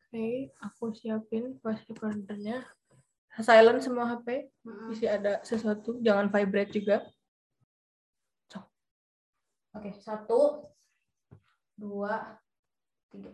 Oke, aku siapin voice recordernya. Silent semua HP. Isi ada sesuatu, jangan vibrate juga. Oke, 1, 2, 3.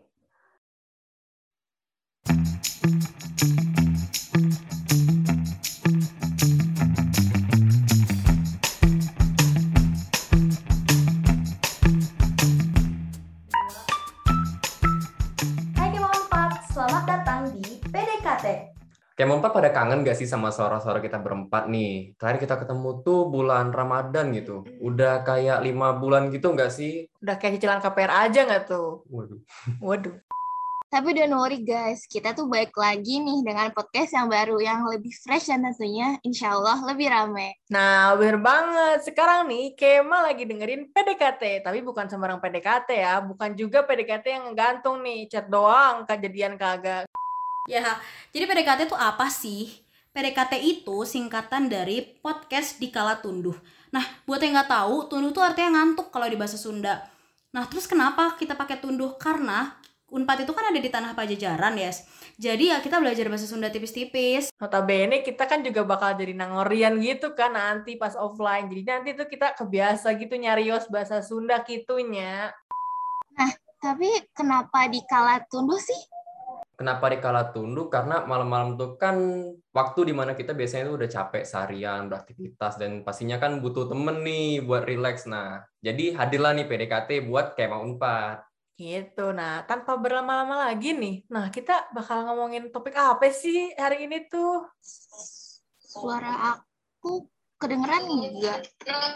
Hai Kemo 4, selamat datang di PDKT. Kemo 4 pada kangen gak sih sama suara-suara kita berempat nih? Terakhir kita ketemu tuh bulan Ramadan gitu. Udah kayak 5 bulan gitu gak sih? Udah kayak cicilan KPR aja nggak tuh? Waduh. Tapi don't worry guys, kita tuh balik lagi nih dengan podcast yang baru, yang lebih fresh dan tentunya insya Allah lebih rame. Nah, bener banget. Sekarang nih, Kema lagi dengerin PDKT. Tapi bukan sembarang PDKT ya. Bukan juga PDKT yang ngegantung nih. Chat doang, kejadian kagak. Ya, jadi PDKT itu apa sih? PDKT itu singkatan dari podcast dikala tunduh. Nah, buat yang nggak tahu, tunduh itu artinya ngantuk kalau di bahasa Sunda. Nah, terus kenapa kita pakai tunduh? Karena Unpad itu kan ada di tanah Pajajaran, yes. Jadi ya kita belajar bahasa Sunda tipis-tipis. Notabene kita kan juga bakal jadi nangorian gitu kan nanti pas offline. Jadi nanti tuh kita kebiasa gitu nyarios bahasa Sunda gitunya. Nah, tapi kenapa dikala tunduh sih? Kenapa dikala tunduk? Karena malam-malam tuh kan waktu dimana kita biasanya tuh udah capek seharian, beraktivitas, dan pastinya kan butuh temen nih buat relax. Nah, jadi hadirlah nih PDKT buat Kema Unpad. Gitu. Nah, tanpa berlama-lama lagi nih. Nah, kita bakal ngomongin topik apa sih hari ini tuh? Suara aku kedengeran enggak?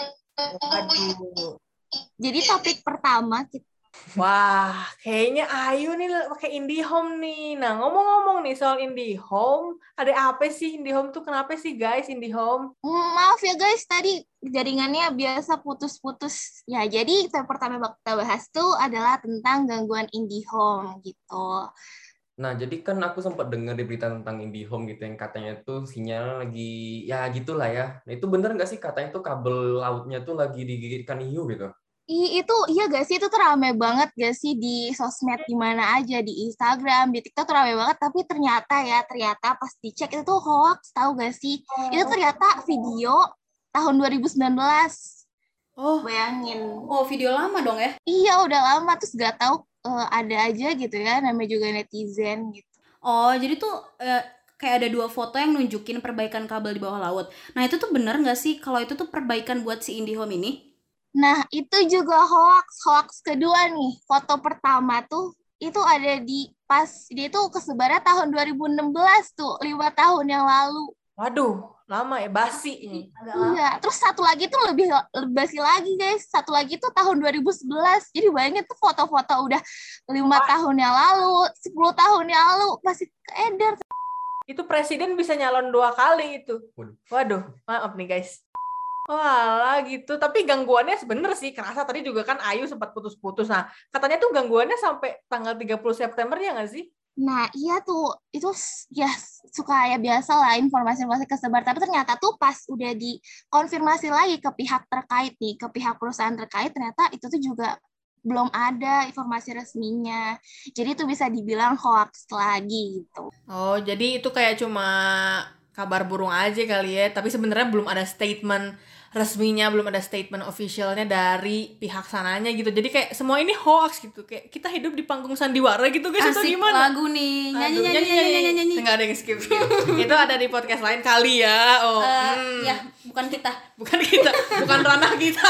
Aduh. Jadi topik pertama kita Wah, kayaknya Ayu nih pakai IndiHome nih. Nah, ngomong-ngomong nih soal IndiHome, ada apa sih IndiHome tuh? Kenapa sih guys IndiHome? maaf ya guys, tadi jaringannya biasa putus-putus. Ya, jadi topik pertama yang kita bahas tuh adalah tentang gangguan IndiHome gitu. Nah, jadi kan aku sempat dengar di berita tentang IndiHome gitu yang katanya tuh sinyal lagi, ya gitulah ya. Nah, itu bener nggak sih katanya tuh kabel lautnya tuh lagi digigitkan hiu gitu? Itu iya gak sih, itu tuh rame banget gak sih di sosmed, di mana aja, di Instagram, di TikTok tuh rame banget, tapi ternyata pas dicek itu tuh hoax, tahu gak sih? Itu ternyata video tahun 2019. Oh, Bayangin. Oh, video lama dong ya? Iya, udah lama, terus gak tahu ada aja gitu ya, namanya juga netizen gitu. Oh, jadi tuh kayak ada 2 foto yang nunjukin perbaikan kabel di bawah laut. Nah, itu tuh bener nggak sih kalau itu tuh perbaikan buat si IndiHome ini? Nah, itu juga hoax kedua nih. Foto pertama tuh itu ada di pas dia tuh kesebarnya tahun 2016 tuh, 5 tahun yang lalu. waduh, lama ya, basi ini. Iya, terus satu lagi tuh lebih basi lagi guys. Satu lagi tuh tahun 2011. Jadi bayangin tuh foto-foto udah 5 tahun yang lalu, 10 tahun yang lalu masih keedar. Itu presiden bisa nyalon 2 kali itu. Waduh, maaf nih guys. Walah gitu, tapi gangguannya sebener sih, kerasa tadi juga kan Ayu sempat putus-putus. Nah, katanya tuh gangguannya sampai tanggal 30 September ya nggak sih? Nah, iya tuh, itu ya suka ya biasa lah informasi-informasi kesebar. Tapi ternyata tuh pas udah dikonfirmasi lagi ke pihak terkait nih, ke pihak perusahaan terkait, ternyata itu tuh juga belum ada informasi resminya. Jadi itu bisa dibilang hoax lagi gitu. Oh, jadi itu kayak cuma kabar burung aja kali ya, tapi sebenarnya belum ada statement resminya, belum ada statement officialnya dari pihak sananya gitu. Jadi kayak semua ini hoax gitu. Kayak kita hidup di panggung sandiwara gitu guys, atau Asik gimana? lagu nih. Aduh, Nyanyi. Nggak ada yang skip. Itu ada di podcast lain kali ya. Oh, Ya, bukan kita. bukan ranah kita.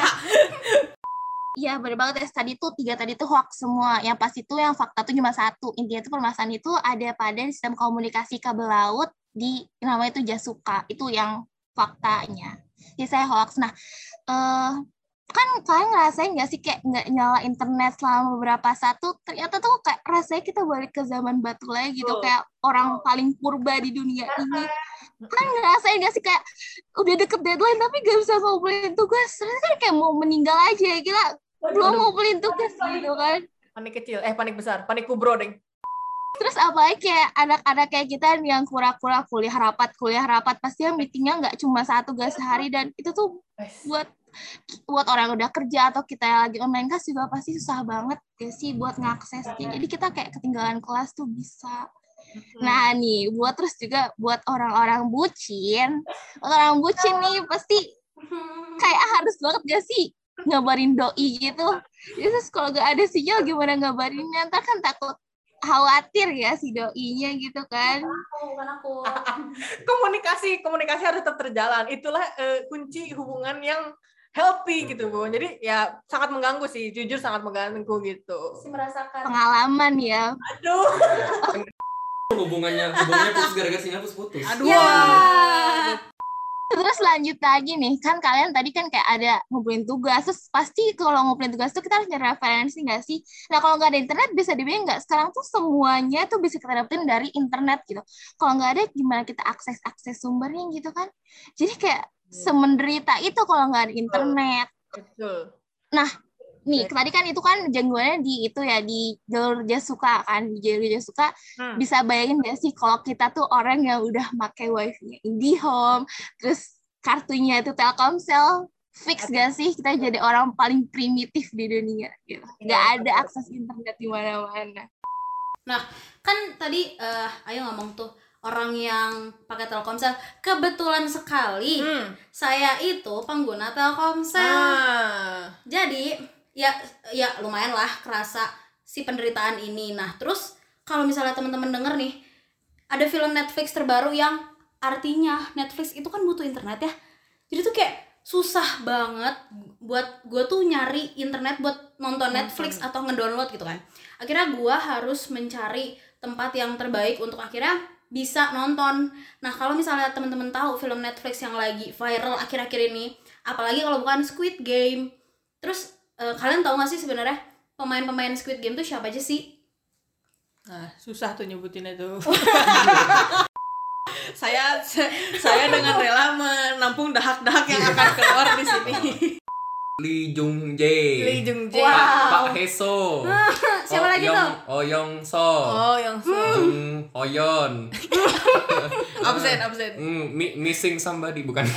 Iya, bener banget ya. Tiga tadi tuh hoax semua. Yang pas itu yang fakta tuh cuma satu. Intinya tuh permasalahan itu ada pada sistem komunikasi kabel laut di namanya itu Jasuka. Itu yang faktanya. Jadi saya hoax. Nah, kan kalian ngerasain nggak sih kayak nggak nyala internet selama beberapa saat tuh, ternyata tuh kayak rasanya kita balik ke zaman batu lagi gitu, kayak orang paling purba di dunia ini. Kan ngerasain nggak sih kayak udah deket deadline tapi gak bisa ngumpulin tugas, rasanya kayak mau meninggal aja, gila belum ngumpulin tugas gitu kan. Panik kecil, panik besar, panik kubro deng. Terus apalagi kayak anak-anak kayak kita yang kuliah rapat pasti meetingnya nggak cuma 1 tugas sehari, dan itu tuh buat buat orang yang udah kerja atau kita yang lagi online class juga pasti susah banget ya sih buat ngaksesnya. Jadi kita kayak ketinggalan kelas tuh bisa. Nah nih, terus juga buat orang-orang bucin nih pasti kayak harus banget gak sih ngabarin doi gitu. Terus kalau gak ada sinyal gimana ngabarinnya, ntar kan takut khawatir ya si doinya gitu kan. Bukan aku. Komunikasi harus tetap terjalan. Itulah kunci hubungan yang healthy gitu, Bu. Jadi ya sangat mengganggu sih, jujur sangat mengganggu gitu. Merasakan Pengalaman ya. Aduh. Hubungannya putus gara-gara sinyal putus. Aduh. Ya. Terus lanjut lagi nih, kan kalian tadi kan kayak ada ngumpulin tugas, terus pasti kalau ngumpulin tugas tuh kita harus nyari referensi nggak sih? Nah kalau nggak ada internet bisa dibilang nggak, sekarang tuh semuanya tuh bisa kita dapetin dari internet gitu. Kalau nggak ada gimana kita akses sumbernya gitu kan? Jadi kayak semenderita itu kalau nggak ada internet. Betul. Nah, nih tadi kan itu kan gangguannya di itu ya, di jalur Jasuka kan, di jalur Jasuka. Bisa bayangin gak sih kalau kita tuh orang yang udah pakai wifi-nya IndiHome, terus kartunya itu Telkomsel, fix gak sih kita jadi orang paling primitif di dunia gitu. Gak ada akses internet di mana-mana. Nah, kan tadi Ayu ngomong tuh orang yang pakai Telkomsel. Kebetulan sekali saya itu pengguna Telkomsel. Jadi ya lumayan lah kerasa si penderitaan ini. Nah, terus kalau misalnya teman-teman denger nih, ada film Netflix terbaru yang artinya Netflix itu kan butuh internet ya. Jadi tuh kayak susah banget buat gue tuh nyari internet buat nonton Netflix atau ngedownload gitu kan. Akhirnya gue harus mencari tempat yang terbaik untuk akhirnya bisa nonton. Nah, kalau misalnya teman-teman tahu film Netflix yang lagi viral akhir-akhir ini, apalagi kalau bukan Squid Game. Terus kalian tahu gak sih sebenarnya pemain-pemain Squid Game tuh siapa aja sih? Nah, susah tuh nyebutinnya tuh. saya dengan rela menampung dahak-dahak yang akan keluar di sini. Lee Jung Jae. Wow. Pak Heso. Siapa lagi tuh? Oh Yong So. Jung Hoyon. absen. Missing somebody bukan?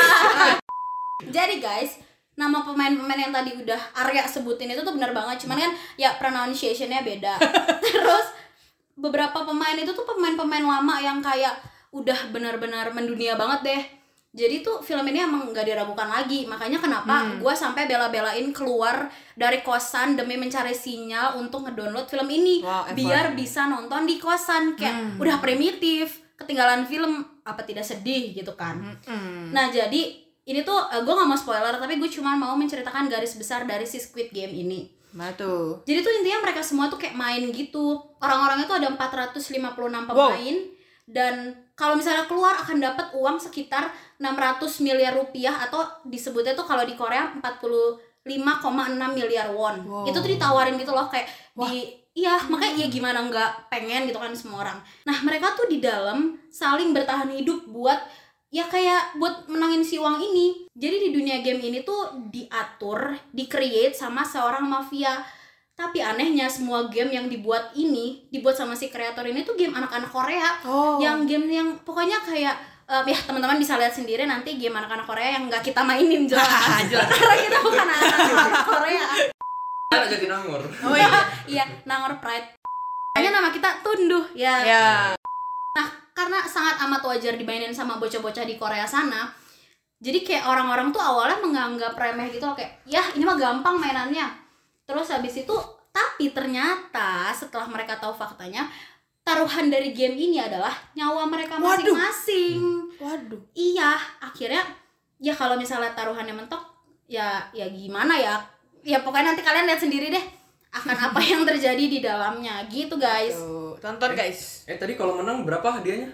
Jadi guys, nama pemain-pemain yang tadi udah Arya sebutin itu tuh benar banget, cuman kan ya pronunciation-nya beda. Terus beberapa pemain itu tuh pemain-pemain lama yang kayak udah benar-benar mendunia banget deh. Jadi tuh film ini emang gak diragukan lagi. Makanya kenapa gue sampai bela-belain keluar dari kosan demi mencari sinyal untuk ngedownload film ini. Biar bisa nonton di kosan. Kayak udah primitif, ketinggalan film, apa tidak sedih gitu kan. Nah jadi ini tuh gue gak mau spoiler, tapi gue cuma mau menceritakan garis besar dari si Squid Game ini. Tuh. Jadi tuh intinya mereka semua tuh kayak main gitu. Orang-orangnya tuh ada 456 pemain. Dan kalau misalnya keluar akan dapat uang sekitar 600 miliar rupiah, atau disebutnya tuh kalau di Korea 45,6 miliar won. Itu tuh ditawarin gitu loh, kayak makanya ya gimana nggak pengen gitu kan semua orang. Nah mereka tuh di dalam saling bertahan hidup buat menangin si uang ini. Jadi di dunia game ini tuh diatur, di-create sama seorang mafia. Tapi anehnya semua game yang dibuat sama si kreator ini tuh game anak-anak Korea. Yang game yang pokoknya kayak ya teman-teman bisa lihat sendiri nanti game anak-anak Korea yang nggak kita mainin jelas. Karena kita bukan anak-anak Korea. Jadi Nangor. Iya, Nangor Pride. Hanya nama kita Tunduh ya. Nah, karena sangat amat wajar dimainin sama bocah-bocah di Korea sana, jadi kayak orang-orang tuh awalnya menganggap remeh gitu loh, kayak ya ini mah gampang mainannya. Terus habis itu, tapi ternyata setelah mereka tahu faktanya, taruhan dari game ini adalah nyawa mereka masing-masing. Iya, akhirnya ya kalau misalnya taruhannya mentok, ya gimana ya? Ya pokoknya nanti kalian lihat sendiri deh akan apa yang terjadi di dalamnya gitu guys. Tonton guys. Tadi kalau menang berapa hadiahnya?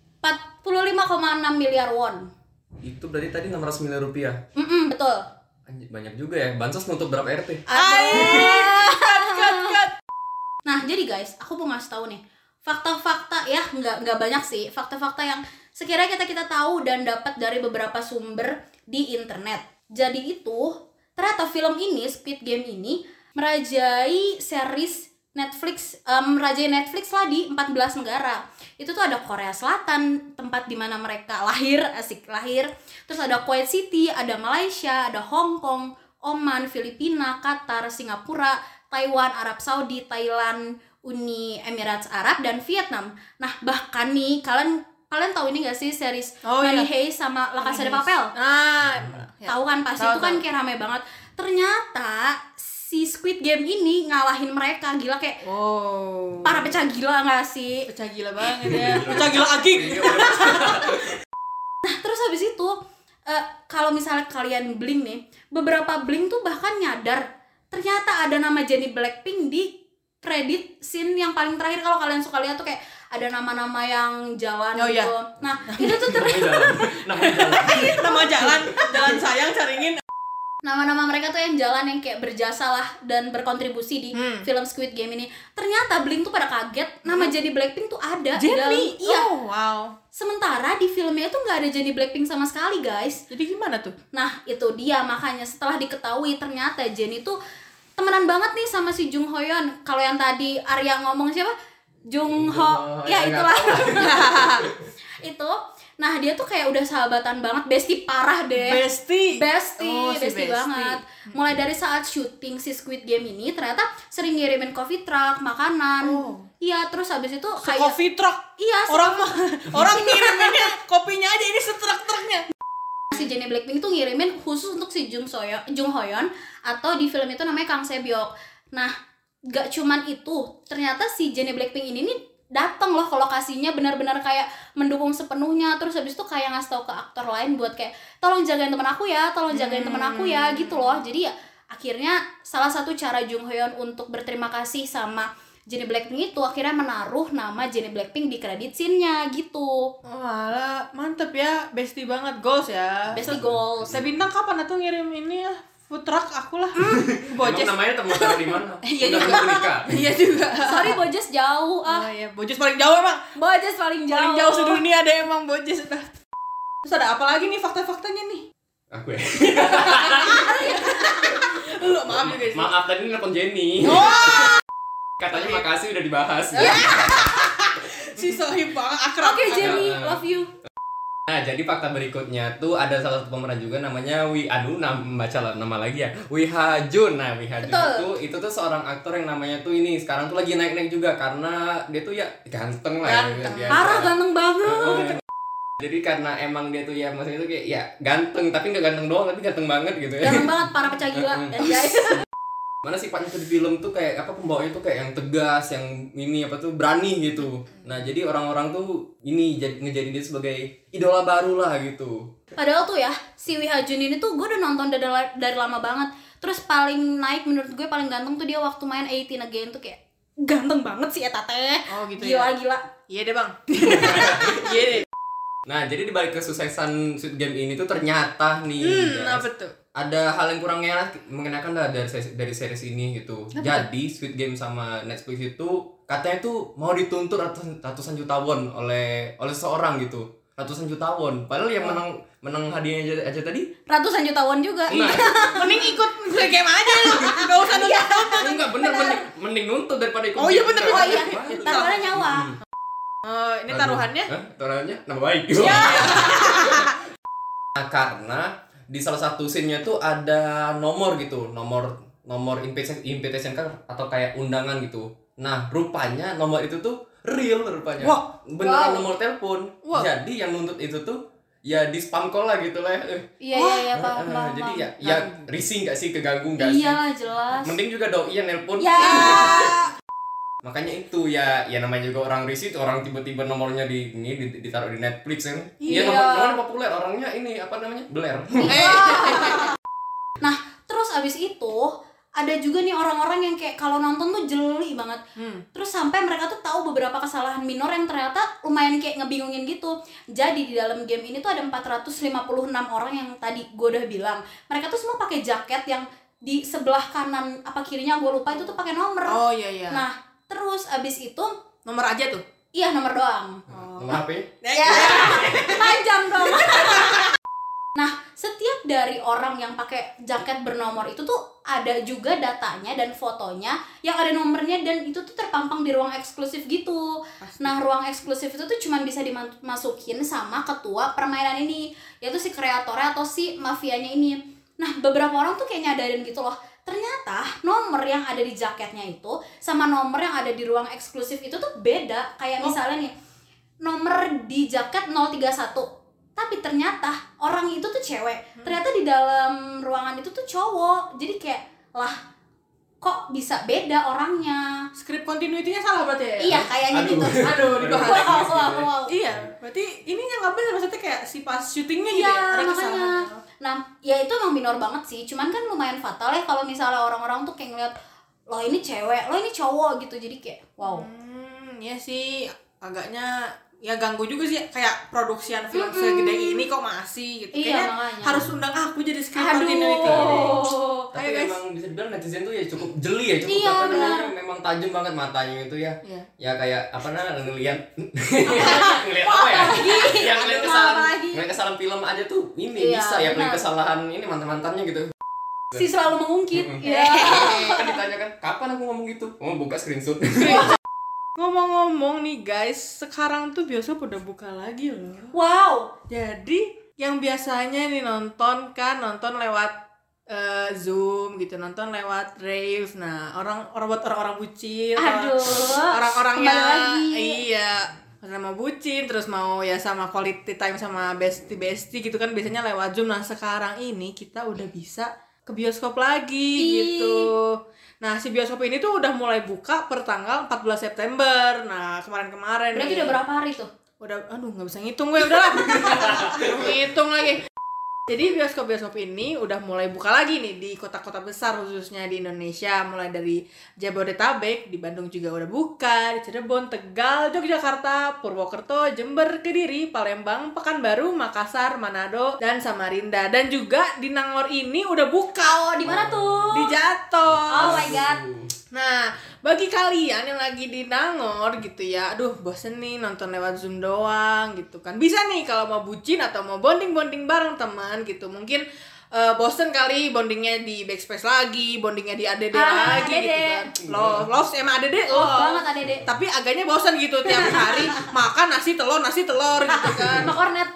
45,6 miliar won. Itu berarti tadi 600 miliar rupiah. Betul. Banyak juga ya. Bansos nutup berapa RT? Nah jadi guys, aku mau ngasih tahu nih fakta-fakta ya, nggak banyak sih, fakta-fakta yang sekiranya kita tahu dan dapat dari beberapa sumber di internet. Jadi itu ternyata film ini, Squid Game ini merajai series Netflix, merajai Netflix lah di 14 negara. Itu tuh ada Korea Selatan, tempat dimana mereka lahir. Terus ada Kuwait City, ada Malaysia, ada Hong Kong, Oman, Filipina, Qatar, Singapura, Taiwan, Arab Saudi, Thailand, Uni Emirat Arab, dan Vietnam. Nah bahkan nih kalian tahu ini gak sih series Money Heist sama La Casa de Papel? Tahu kan pasti itu kan kayak rame banget. Ternyata si Squid Game ini ngalahin mereka, gila kayak para pecah gila gak sih? Pecah gila banget ya. Pecah gila agik. Nah terus habis itu kalau misalnya kalian Blink nih, beberapa Blink tuh bahkan nyadar ternyata ada nama Jennie Blackpink di kredit scene yang paling terakhir. Kalau kalian suka lihat tuh kayak ada nama-nama yang jalan gitu. Nah itu tuh nama jalan sayang caringin. Nama-nama mereka tuh yang jalan, yang kayak berjasa lah dan berkontribusi di film Squid Game ini. Ternyata Blink tuh pada kaget nama Jennie Blackpink tuh ada di dalam. Iya. Oh, wow. Sementara di filmnya tuh nggak ada Jennie Blackpink sama sekali, guys. Jadi gimana tuh? Nah itu dia, makanya setelah diketahui ternyata Jennie tuh temenan banget nih sama si Jung Ho Yeon. Kalau yang tadi Arya ngomong siapa? Jung Ho, ya itulah. Itu. Nah dia tuh kayak udah sahabatan banget, bestie parah deh. Bestie banget. Mulai dari saat syuting si Squid Game ini ternyata sering ngirimin coffee truck, makanan. Iya, terus habis itu kayak coffee truck. Iya, orang ngiriminnya kopinya aja, ini setruk-truknya. Si Jennie Blackpink itu ngirimin khusus untuk si Jung Ho Yeon, atau di film itu namanya Kang Se-byok. Nah, gak cuman itu, ternyata si Jennie Blackpink ini nih datang loh ke lokasinya, benar-benar kayak mendukung sepenuhnya. Terus habis itu kayak ngasih tau ke aktor lain buat kayak tolong jagain teman aku ya, gitu loh. Jadi ya akhirnya salah satu cara Jung Ho Yeon untuk berterima kasih sama Jennie Blackpink itu akhirnya menaruh nama Jennie Blackpink di kredit scene-nya gitu. Walah, mantep ya, bestie banget, goals ya. Bestie goals. Saya bintang kapan atuh ngirim ini ya? Food truck aku lah. Bojes. Emang namanya teman dari mana? Iya juga. Iya juga. Sorry Bojes jauh Oh iya, Bojes paling jauh emang. Bojes paling jauh. Paling jauh sedunia ada emang Bojes udah. Terus ada apa lagi nih fakta-faktanya nih? Aku ya. Lu maaf ya guys. Maaf tadi nelfon Jennie. Katanya makasih udah dibahas. Si sohib banget akrab. Oke Jennie, love you. Nah, jadi fakta berikutnya tuh ada salah satu pemeran juga namanya baca nama lagi ya. Wi Ha Jun. Nah, Wi Ha Jun itu tuh seorang aktor yang namanya tuh ini sekarang tuh lagi naik-naik juga karena dia tuh ya ganteng lah. Parah ganteng banget. Jadi karena emang dia tuh ya maksudnya tuh kayak ya ganteng tapi nggak ganteng doang tapi ganteng banget gitu ya. Ganteng banget, para pecah gila. Mana sifatnya tuh di film tuh kayak apa, pembawanya tuh kayak yang tegas, yang ini apa tuh berani gitu. Nah jadi orang-orang tuh ini ngejadiin dia sebagai idola baru lah gitu. Padahal tuh ya si Wi Ha Jun ini tuh gue udah nonton dari lama banget. Terus paling naik menurut gue paling ganteng tuh dia waktu main 18 Again tuh kayak ganteng banget sih eta teh. Oh gitu gila, ya. Gila. Iya deh bang. Iya deh. Nah jadi dibalik kesuksesan Squid Game ini tuh ternyata nih apa tuh? Ada hal yang kurang mengenakan lah dari series ini gitu. Jadi Squid Game sama Netflix itu katanya tuh mau dituntut ratusan juta won oleh seseorang gitu. Ratusan juta won. Padahal yang menang hadiahnya aja tadi ratusan juta won juga. Nah, mending ikut game aja lu. Enggak usah nonton. Enggak bener. Mending nuntut daripada ikut. Oh iya bener. Oh iya. Taruhannya nyawa. Ini taruhannya? Taruhannya nama baik. Nah, karena di salah satu scene-nya tuh ada nomor gitu, nomor invitation card atau kayak undangan gitu. Nah, rupanya nomor itu tuh real rupanya. Beneran nomor telepon. Jadi yang nuntut itu tuh ya di spam call lah gitu lah. Iya, paham. Jadi ya risih enggak sih, keganggu enggak sih? Iyalah, jelas. Mending juga doi yang nelpon. Ya. Makanya itu ya namanya juga orang risih, orang tiba-tiba nomornya ditaruh di Netflix kan. Iya, nomor populer, orangnya ini apa namanya? Beler. Nah, terus abis itu ada juga nih orang-orang yang kayak kalau nonton tuh jeli banget. Terus sampai mereka tuh tahu beberapa kesalahan minor yang ternyata lumayan kayak ngebingungin gitu. Jadi di dalam game ini tuh ada 456 orang yang tadi gue udah bilang. Mereka tuh semua pakai jaket yang di sebelah kanan apa kirinya gue lupa itu tuh pakai nomor. Oh iya. Nah, terus abis itu nomor aja tuh? Iya nomor doang. Nomor HP? Ya, panjang dong. Nah, setiap dari orang yang pakai jaket bernomor itu tuh ada juga datanya dan fotonya yang ada nomornya, dan itu tuh terpampang di ruang eksklusif gitu. Nah, ruang eksklusif itu tuh cuma bisa dimasukin sama ketua permainan ini, yaitu si kreatornya atau si mafianya ini. Nah, beberapa orang tuh kayak nyadarin gitu loh, ternyata nomor yang ada di jaketnya itu sama nomor yang ada di ruang eksklusif itu tuh beda. Kayak misalnya nih, nomor di jaket 031, tapi ternyata orang itu tuh cewek, ternyata di dalam ruangan itu tuh cowok. Jadi kayak, lah kok bisa beda orangnya? Script continuity-nya salah berarti ya? Iya, kayaknya gitu. Aduh, dibahas. Wow. Iya, berarti ininya nggak benar, maksudnya kayak si pas syutingnya gitu Iya, ya, ada makanya. kesalahan. Nah, ya itu emang minor banget sih. Cuman kan lumayan fatal ya kalau misalnya orang-orang tuh kayak ngeliat, loh ini cewek, loh ini cowok gitu. Jadi kayak, wow. Ya sih, agaknya ya ganggu juga sih, kayak produksian film segede ini kok masih gitu. Iya, Kayaknya makanya. harus undang aku jadi script continuity. Tapi Ayo, guys. memang bisa dibilang netizen tuh ya cukup jeli ya, cukup Iya, apa namanya, benar. memang tajam banget matanya itu ya. Iya. Ya kayak apa namanya, ngelihat ngelihat apa ya? Ya ngelihat kesalahan film aja tuh ini Iya, bisa ya, benar. kesalahan ini mantan-mantannya gitu. Si selalu mengungkit. Iya. Iya. Kan ditanyakan kapan aku ngomong gitu? Oh, buka screenshot. Ngomong-ngomong nih guys, sekarang tuh bioskop udah buka lagi loh. Wow. Jadi yang biasanya nih nonton lewat Zoom gitu, nonton lewat Rave. Nah, orang-orang bucin, Aduh. orang-orang Kembali yang lagi. iya, misalnya mau bucin terus mau ya sama quality time sama bestie gitu kan biasanya lewat Zoom. Nah, sekarang ini kita udah bisa ke bioskop lagi gitu. Nah, si bioskop ini tuh udah mulai buka per tanggal 14 September. Nah, kemarin-kemarin Berarti nih. udah berapa hari tuh? Udah, aduh nggak bisa ngitung gue, udahlah. Ngitung lagi. Jadi bioskop-bioskop ini udah mulai buka lagi nih di kota-kota besar khususnya di Indonesia, mulai dari Jabodetabek, di Bandung juga udah buka, di Cirebon, Tegal, Yogyakarta, Purwokerto, Jember, Kediri, Palembang, Pekanbaru, Makassar, Manado, dan Samarinda. Dan juga di Nangor ini udah buka. Oh, di mana tuh? Di Jatos. Oh my god. Nah, bagi kalian yang lagi di Nangor gitu ya, aduh bosen nih nonton lewat Zoom doang gitu kan. Bisa nih kalau mau bucin atau mau bonding-bonding bareng teman gitu. Mungkin bosen kali bondingnya di Backspace lagi, bondingnya di ADD lagi ADD. gitu kan. Love sama ADD Love banget ADD. Tapi agaknya bosen gitu tiap hari makan nasi telur gitu kan. Sama kornet.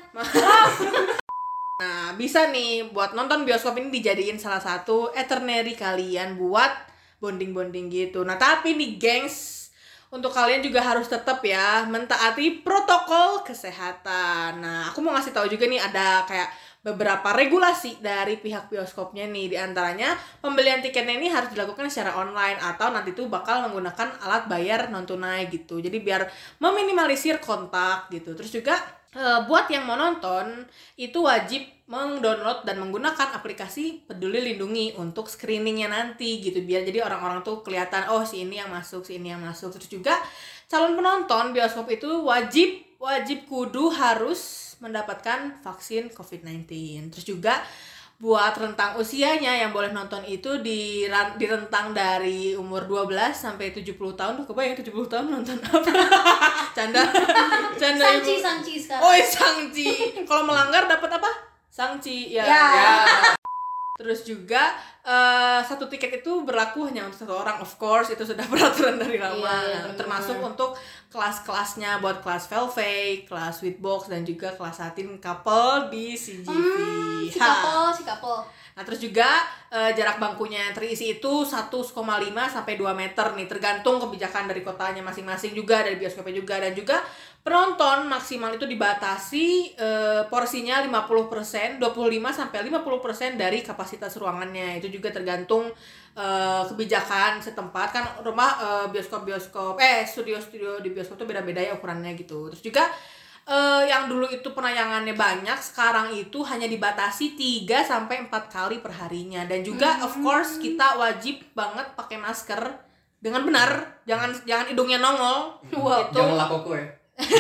Nah, bisa nih buat nonton bioskop ini dijadiin salah satu itinerary kalian buat bonding-bonding gitu. Nah, tapi nih gengs, untuk kalian juga harus tetap ya mentaati protokol kesehatan. Nah, aku mau ngasih tahu juga nih ada kayak beberapa regulasi dari pihak bioskopnya nih. Di antaranya pembelian tiketnya ini harus dilakukan secara online atau nanti tuh bakal menggunakan alat bayar non tunai gitu. Jadi biar meminimalisir kontak gitu. Terus juga buat yang mau nonton itu wajib mendownload dan menggunakan aplikasi Peduli Lindungi untuk screeningnya nanti gitu, biar jadi orang-orang tuh kelihatan oh si ini yang masuk, si ini yang masuk. Terus juga calon penonton bioskop itu wajib kudu harus mendapatkan vaksin COVID-19. Terus juga buat rentang usianya yang boleh nonton itu di rentang dari umur 12 sampai 70 tahun. Tuh kebayang 70 tahun nonton apa? Canda ibu. Sangci sekarang. Oh, sangci. Kalau melanggar dapat apa? Sangci. Ya. Terus juga satu tiket itu berlaku hanya untuk satu orang, of course itu sudah peraturan dari lama. Iya, termasuk untuk kelas-kelasnya buat kelas Velvet, kelas Sweetbox, dan juga kelas satin couple di CGV. Si couple. Nah, terus juga jarak bangkunya yang terisi itu 1,5 sampai 2 meter nih, tergantung kebijakan dari kotanya masing-masing juga, dari bioskopnya juga. Dan juga penonton maksimal itu dibatasi porsinya 50%, 25 sampai 50% dari kapasitas ruangannya. Itu juga tergantung kebijakan setempat kan, rumah studio di bioskop tuh beda-beda ya ukurannya gitu. Terus juga yang dulu itu penayangannya banyak, sekarang itu hanya dibatasi 3 sampai 4 kali per harinya. Dan juga of course kita wajib banget pakai masker dengan benar, jangan hidungnya nongol. Gitu. Jangan lakoko ya.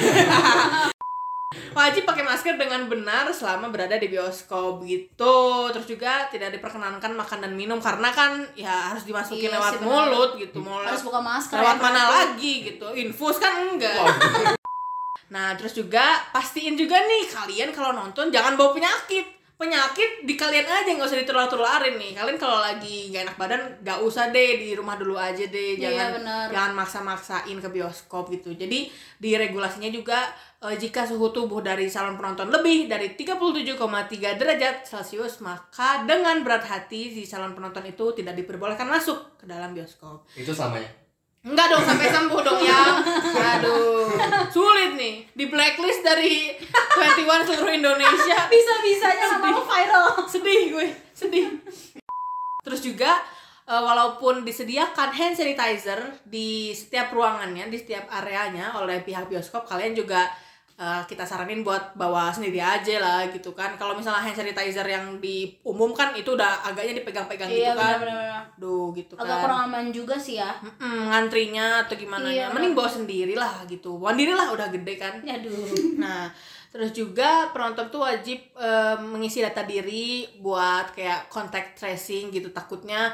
Wajib pakai masker dengan benar selama berada di bioskop gitu. Terus juga tidak diperkenankan makan dan minum karena kan ya harus dimasukin Iya lewat sih, benar. mulut gitu. Mau Harus buka masker. lewat ya, mana berarti. lagi gitu. Infus kan enggak. Nah, terus juga pastiin juga nih kalian kalau nonton jangan bawa penyakit. penyakit di kalian aja, nggak usah ditular-tularin nih. Kalian kalau lagi nggak enak badan nggak usah deh, di rumah dulu aja deh. Jangan maksa-maksain ke bioskop gitu. Jadi di regulasinya juga jika suhu tubuh dari calon penonton lebih dari 37,3 derajat Celcius, maka dengan berat hati si calon penonton itu tidak diperbolehkan masuk ke dalam bioskop. Itu selamanya? Enggak dong, sampai sembuh dong ya. Aduh, sulit nih. Di blacklist dari 21 seluruh Indonesia. Bisa-bisanya nama lu viral. Sedih gue, sedih. Terus juga walaupun disediakan hand sanitizer di setiap ruangannya, di setiap areanya oleh pihak bioskop, kalian juga kita saranin buat bawa sendiri aja lah gitu kan. Kalau misalnya hand sanitizer yang diumumkan itu udah agaknya dipegang-pegang gitu kan. Bener-bener. Duh gitu kan. Agak kurang aman juga sih ya. Ngantrinya atau gimana ya. Mending bawa sendiri lah gitu. Mandiri lah, udah gede kan. Aduh. Nah, terus juga penonton tuh wajib mengisi data diri buat kayak contact tracing gitu. Takutnya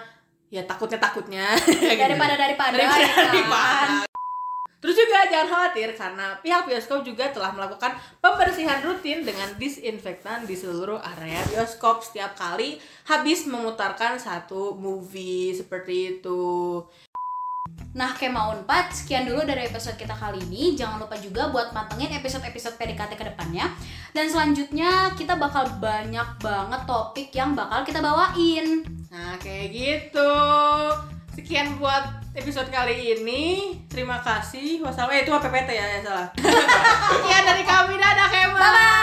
daripada. Terus juga jangan khawatir karena pihak bioskop juga telah melakukan pembersihan rutin dengan disinfektan di seluruh area bioskop setiap kali habis memutarkan satu movie seperti itu. Nah, Kema Unpad, sekian dulu dari episode kita kali ini. Jangan lupa juga buat mantengin episode-episode PDKT ke depannya. Dan selanjutnya kita bakal banyak banget topik yang bakal kita bawain. Nah, kayak gitu. Sekian buat episode kali ini. Terima kasih. Wassalamualaikum. Itu PPT ya, salah. Sekian dari kami. Dadah, Kema. Bye-bye.